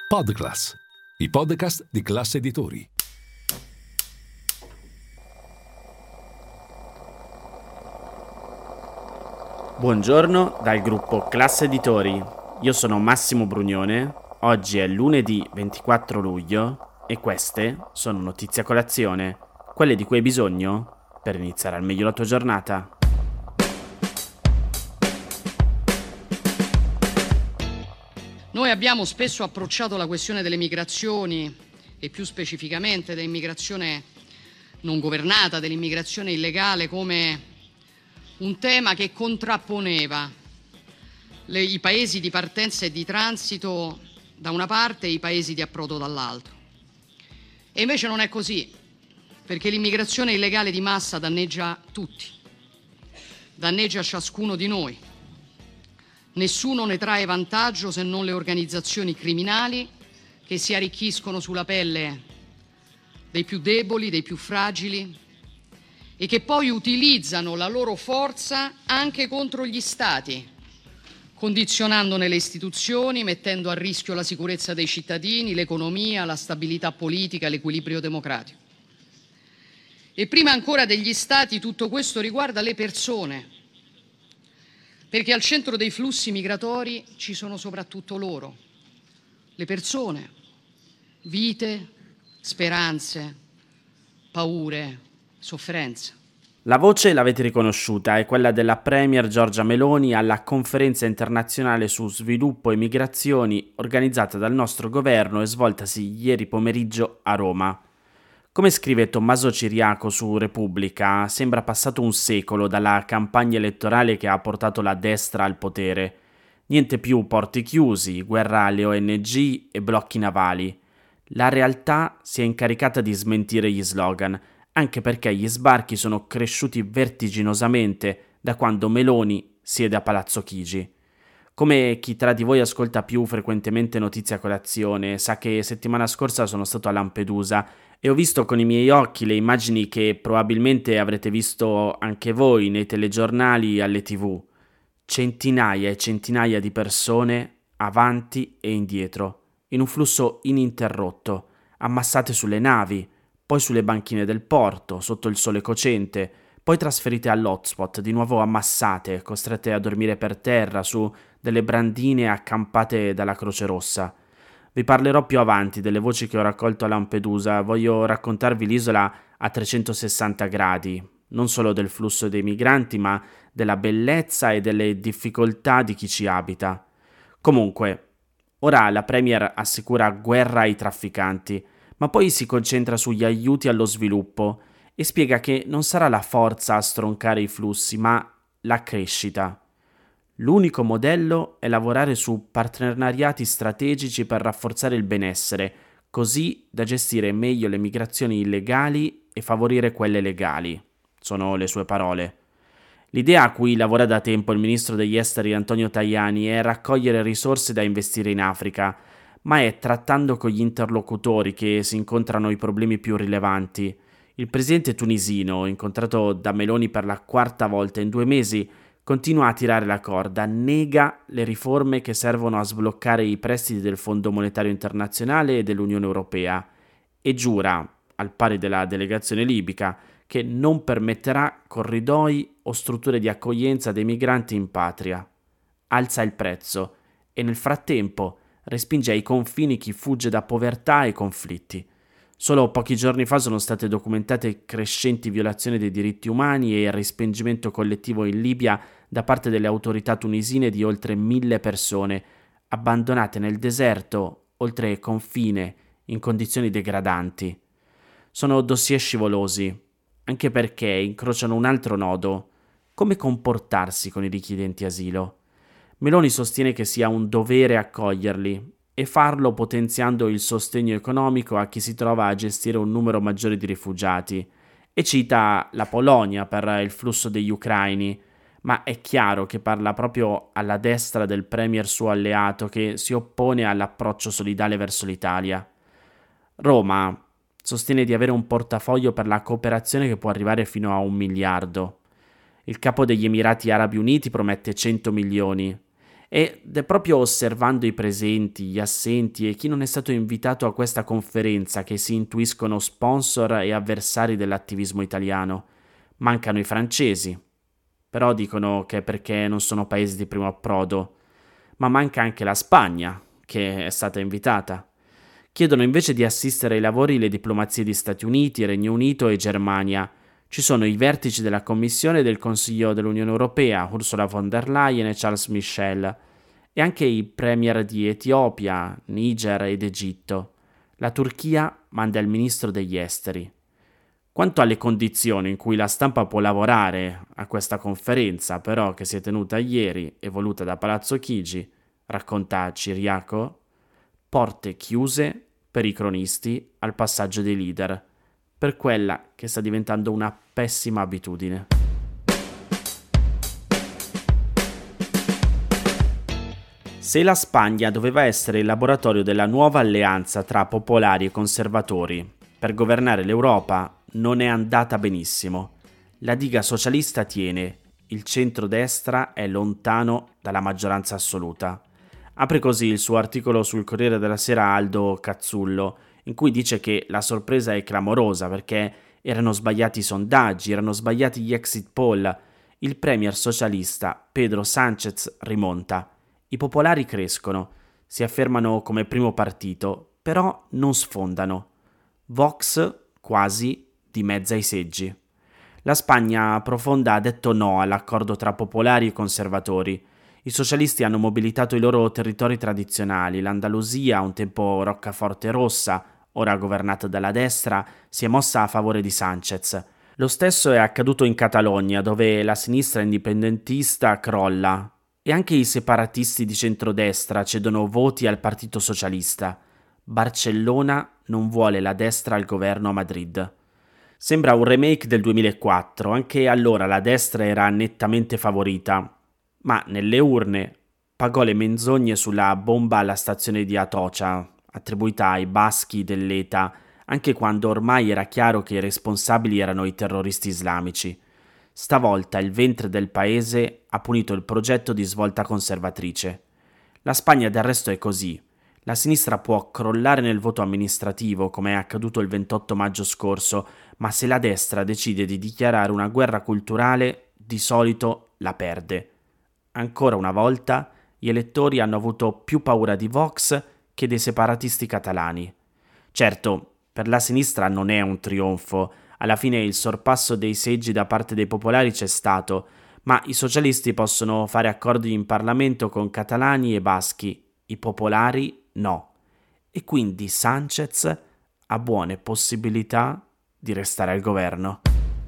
Podclass, i podcast di Classe Editori. Buongiorno dal gruppo Classe Editori. Io sono Massimo Brugnone. Oggi è lunedì 24 luglio e queste sono notizie a colazione, quelle di cui hai bisogno per iniziare al meglio la tua giornata. Noi abbiamo spesso approcciato la questione delle migrazioni e più specificamente dell'immigrazione non governata, dell'immigrazione illegale, come un tema che contrapponeva i paesi di partenza e di transito da una parte e i paesi di approdo dall'altro. E invece non è così, perché l'immigrazione illegale di massa danneggia tutti, danneggia ciascuno di noi. Nessuno ne trae vantaggio se non le organizzazioni criminali che si arricchiscono sulla pelle dei più deboli, dei più fragili e che poi utilizzano la loro forza anche contro gli stati, condizionandone le istituzioni, mettendo a rischio la sicurezza dei cittadini, l'economia, la stabilità politica, l'equilibrio democratico. E prima ancora degli stati tutto questo riguarda le persone, perché al centro dei flussi migratori ci sono soprattutto loro, le persone, vite, speranze, paure, sofferenze. La voce l'avete riconosciuta, è quella della Premier Giorgia Meloni alla conferenza internazionale su sviluppo e migrazioni organizzata dal nostro governo e svoltasi ieri pomeriggio a Roma. Come scrive Tommaso Ciriaco su Repubblica, sembra passato un secolo dalla campagna elettorale che ha portato la destra al potere. Niente più porti chiusi, guerra alle ONG e blocchi navali. La realtà si è incaricata di smentire gli slogan, anche perché gli sbarchi sono cresciuti vertiginosamente da quando Meloni siede a Palazzo Chigi. Come chi tra di voi ascolta più frequentemente Notizie a colazione sa che settimana scorsa sono stato a Lampedusa e ho visto con i miei occhi le immagini che probabilmente avrete visto anche voi nei telegiornali e alle TV. Centinaia e centinaia di persone avanti e indietro, in un flusso ininterrotto, ammassate sulle navi, poi sulle banchine del porto, sotto il sole cocente, poi trasferite all'hotspot, di nuovo ammassate, costrette a dormire per terra su delle brandine accampate dalla Croce Rossa. Vi parlerò più avanti delle voci che ho raccolto a Lampedusa, voglio raccontarvi l'isola a 360 gradi, non solo del flusso dei migranti, ma della bellezza e delle difficoltà di chi ci abita. Comunque, ora la Premier assicura guerra ai trafficanti, ma poi si concentra sugli aiuti allo sviluppo e spiega che non sarà la forza a stroncare i flussi, ma la crescita. L'unico modello è lavorare su partenariati strategici per rafforzare il benessere, così da gestire meglio le migrazioni illegali e favorire quelle legali. Sono le sue parole. L'idea a cui lavora da tempo il ministro degli esteri Antonio Tajani è raccogliere risorse da investire in Africa, ma è trattando con gli interlocutori che si incontrano i problemi più rilevanti. Il presidente tunisino, incontrato da Meloni per la quarta volta in 2 mesi, continua a tirare la corda, nega le riforme che servono a sbloccare i prestiti del Fondo Monetario Internazionale e dell'Unione Europea e giura, al pari della delegazione libica, che non permetterà corridoi o strutture di accoglienza dei migranti in patria. Alza il prezzo e nel frattempo respinge ai confini chi fugge da povertà e conflitti. Solo pochi giorni fa sono state documentate crescenti violazioni dei diritti umani e il respingimento collettivo in Libia da parte delle autorità tunisine di oltre 1.000 persone, abbandonate nel deserto, oltre confine, in condizioni degradanti. Sono dossier scivolosi, anche perché incrociano un altro nodo: come comportarsi con i richiedenti asilo. Meloni sostiene che sia un dovere accoglierli e farlo potenziando il sostegno economico a chi si trova a gestire un numero maggiore di rifugiati, e cita la Polonia per il flusso degli ucraini, ma è chiaro che parla proprio alla destra del premier suo alleato che si oppone all'approccio solidale verso l'Italia. Roma sostiene di avere un portafoglio per la cooperazione che può arrivare fino a 1 miliardo. Il capo degli Emirati Arabi Uniti promette 100 milioni Ed è proprio osservando i presenti, gli assenti e chi non è stato invitato a questa conferenza che si intuiscono sponsor e avversari dell'attivismo italiano. Mancano i francesi, però dicono che è perché non sono paesi di primo approdo, ma manca anche la Spagna, che è stata invitata. Chiedono invece di assistere ai lavori le diplomazie di Stati Uniti, Regno Unito e Germania. Ci sono i vertici della Commissione e del Consiglio dell'Unione Europea, Ursula von der Leyen e Charles Michel, e anche i premier di Etiopia, Niger ed Egitto. La Turchia manda il ministro degli esteri. Quanto alle condizioni in cui la stampa può lavorare a questa conferenza, però, che si è tenuta ieri e voluta da Palazzo Chigi, racconta Ciriaco, porte chiuse per i cronisti al passaggio dei leader, per quella che sta diventando una pessima abitudine. Se la Spagna doveva essere il laboratorio della nuova alleanza tra popolari e conservatori per governare l'Europa, non è andata benissimo. La diga socialista tiene, il centrodestra è lontano dalla maggioranza assoluta. Apre così il suo articolo sul Corriere della Sera Aldo Cazzullo, in cui dice che la sorpresa è clamorosa perché erano sbagliati i sondaggi, erano sbagliati gli exit poll. Il premier socialista Pedro Sánchez rimonta. I popolari crescono, si affermano come primo partito, però non sfondano. Vox quasi dimezza i seggi. La Spagna profonda ha detto no all'accordo tra popolari e conservatori. I socialisti hanno mobilitato i loro territori tradizionali. L'Andalusia, un tempo roccaforte rossa, ora governata dalla destra, si è mossa a favore di Sánchez. Lo stesso è accaduto in Catalogna, dove la sinistra indipendentista crolla e anche i separatisti di centrodestra cedono voti al Partito Socialista. Barcellona non vuole la destra al governo a Madrid. Sembra un remake del 2004, anche allora la destra era nettamente favorita, ma nelle urne pagò le menzogne sulla bomba alla stazione di Atocha, attribuita ai baschi dell'ETA, anche quando ormai era chiaro che i responsabili erano i terroristi islamici. Stavolta il ventre del paese ha punito il progetto di svolta conservatrice. La Spagna del resto è così. La sinistra può crollare nel voto amministrativo, come è accaduto il 28 maggio scorso, ma se la destra decide di dichiarare una guerra culturale, di solito la perde. Ancora una volta, gli elettori hanno avuto più paura di Vox che dei separatisti catalani. Certo, per la sinistra non è un trionfo. Alla fine il sorpasso dei seggi da parte dei popolari c'è stato, ma i socialisti possono fare accordi in Parlamento con catalani e baschi, i popolari no. E quindi Sánchez ha buone possibilità di restare al governo.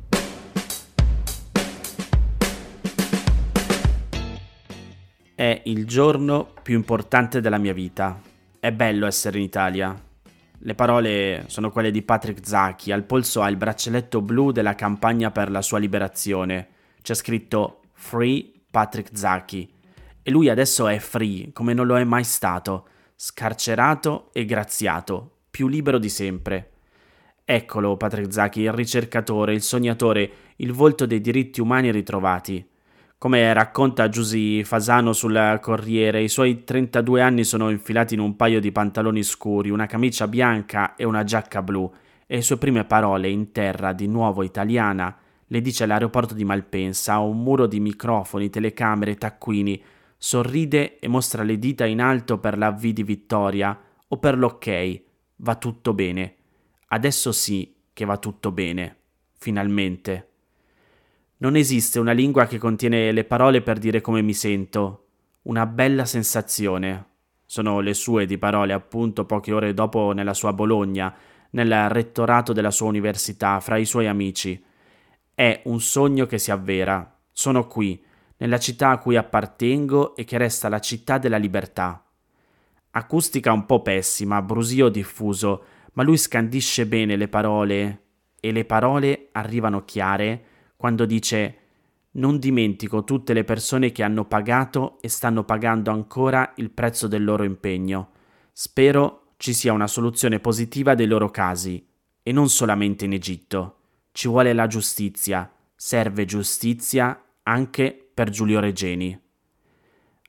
È il giorno più importante della mia vita. È bello essere in Italia. Le parole sono quelle di Patrick Zaki, al polso ha il braccialetto blu della campagna per la sua liberazione. C'è scritto Free Patrick Zaki e lui adesso è free, come non lo è mai stato, scarcerato e graziato, più libero di sempre. Eccolo Patrick Zaki, il ricercatore, il sognatore, il volto dei diritti umani ritrovati. Come racconta Giusy Fasano sul Corriere, i suoi 32 anni sono infilati in un paio di pantaloni scuri, una camicia bianca e una giacca blu, e le sue prime parole in terra, di nuovo italiana, le dice all'aeroporto di Malpensa, a un muro di microfoni, telecamere, taccuini, sorride e mostra le dita in alto per la V di vittoria o per l'ok, va tutto bene. Adesso sì che va tutto bene, finalmente. Non esiste una lingua che contiene le parole per dire come mi sento. Una bella sensazione. Sono le sue di parole, appunto, poche ore dopo nella sua Bologna, nel rettorato della sua università, fra i suoi amici. È un sogno che si avvera. Sono qui, nella città a cui appartengo e che resta la città della libertà. Acustica un po' pessima, brusio diffuso, ma lui scandisce bene le parole, e le parole arrivano chiare quando dice «Non dimentico tutte le persone che hanno pagato e stanno pagando ancora il prezzo del loro impegno. Spero ci sia una soluzione positiva dei loro casi, e non solamente in Egitto. Ci vuole la giustizia, serve giustizia anche per Giulio Regeni».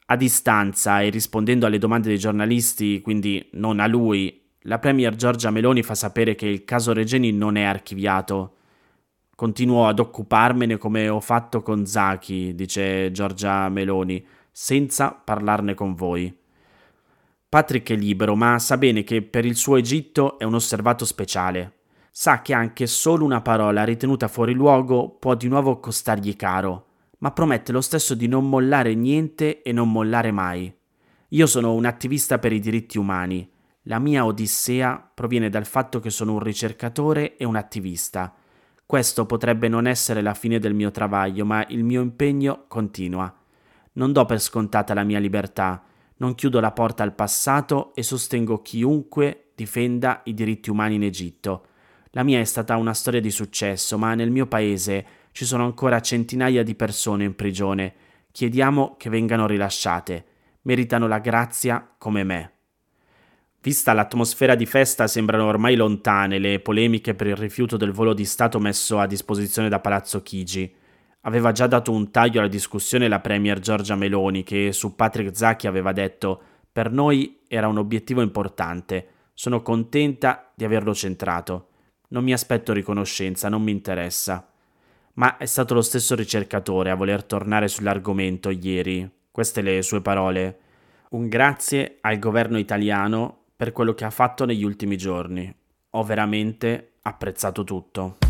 A distanza e rispondendo alle domande dei giornalisti, quindi non a lui, la premier Giorgia Meloni fa sapere che il caso Regeni non è archiviato. Continuo ad occuparmene come ho fatto con Zaki, dice Giorgia Meloni, senza parlarne con voi. Patrick è libero, ma sa bene che per il suo Egitto è un osservato speciale. Sa che anche solo una parola ritenuta fuori luogo può di nuovo costargli caro, ma promette lo stesso di non mollare niente e non mollare mai. Io sono un attivista per i diritti umani. La mia odissea proviene dal fatto che sono un ricercatore e un attivista. Questo potrebbe non essere la fine del mio travaglio, ma il mio impegno continua. Non do per scontata la mia libertà, non chiudo la porta al passato e sostengo chiunque difenda i diritti umani in Egitto. La mia è stata una storia di successo, ma nel mio paese ci sono ancora centinaia di persone in prigione. Chiediamo che vengano rilasciate. Meritano la grazia come me. Vista l'atmosfera di festa, sembrano ormai lontane le polemiche per il rifiuto del volo di Stato messo a disposizione da Palazzo Chigi. Aveva già dato un taglio alla discussione la premier Giorgia Meloni, che su Patrick Zaki aveva detto: «Per noi era un obiettivo importante. Sono contenta di averlo centrato. Non mi aspetto riconoscenza, non mi interessa». Ma è stato lo stesso ricercatore a voler tornare sull'argomento ieri. Queste le sue parole. Un grazie al governo italiano per quello che ha fatto negli ultimi giorni. Ho veramente apprezzato tutto.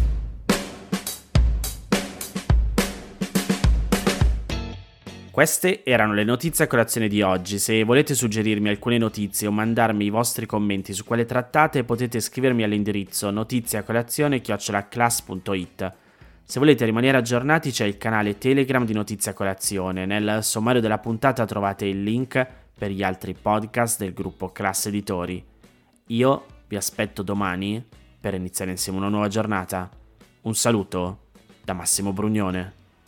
Queste erano le notizie a colazione di oggi. Se volete suggerirmi alcune notizie o mandarmi i vostri commenti su quelle trattate, potete scrivermi all'indirizzo notiziacolazione@class.it. Se volete rimanere aggiornati c'è il canale Telegram di Notizia Colazione. Nel sommario della puntata trovate il link per gli altri podcast del gruppo Class Editori. Io vi aspetto domani per iniziare insieme una nuova giornata. Un saluto da Massimo Brugnone.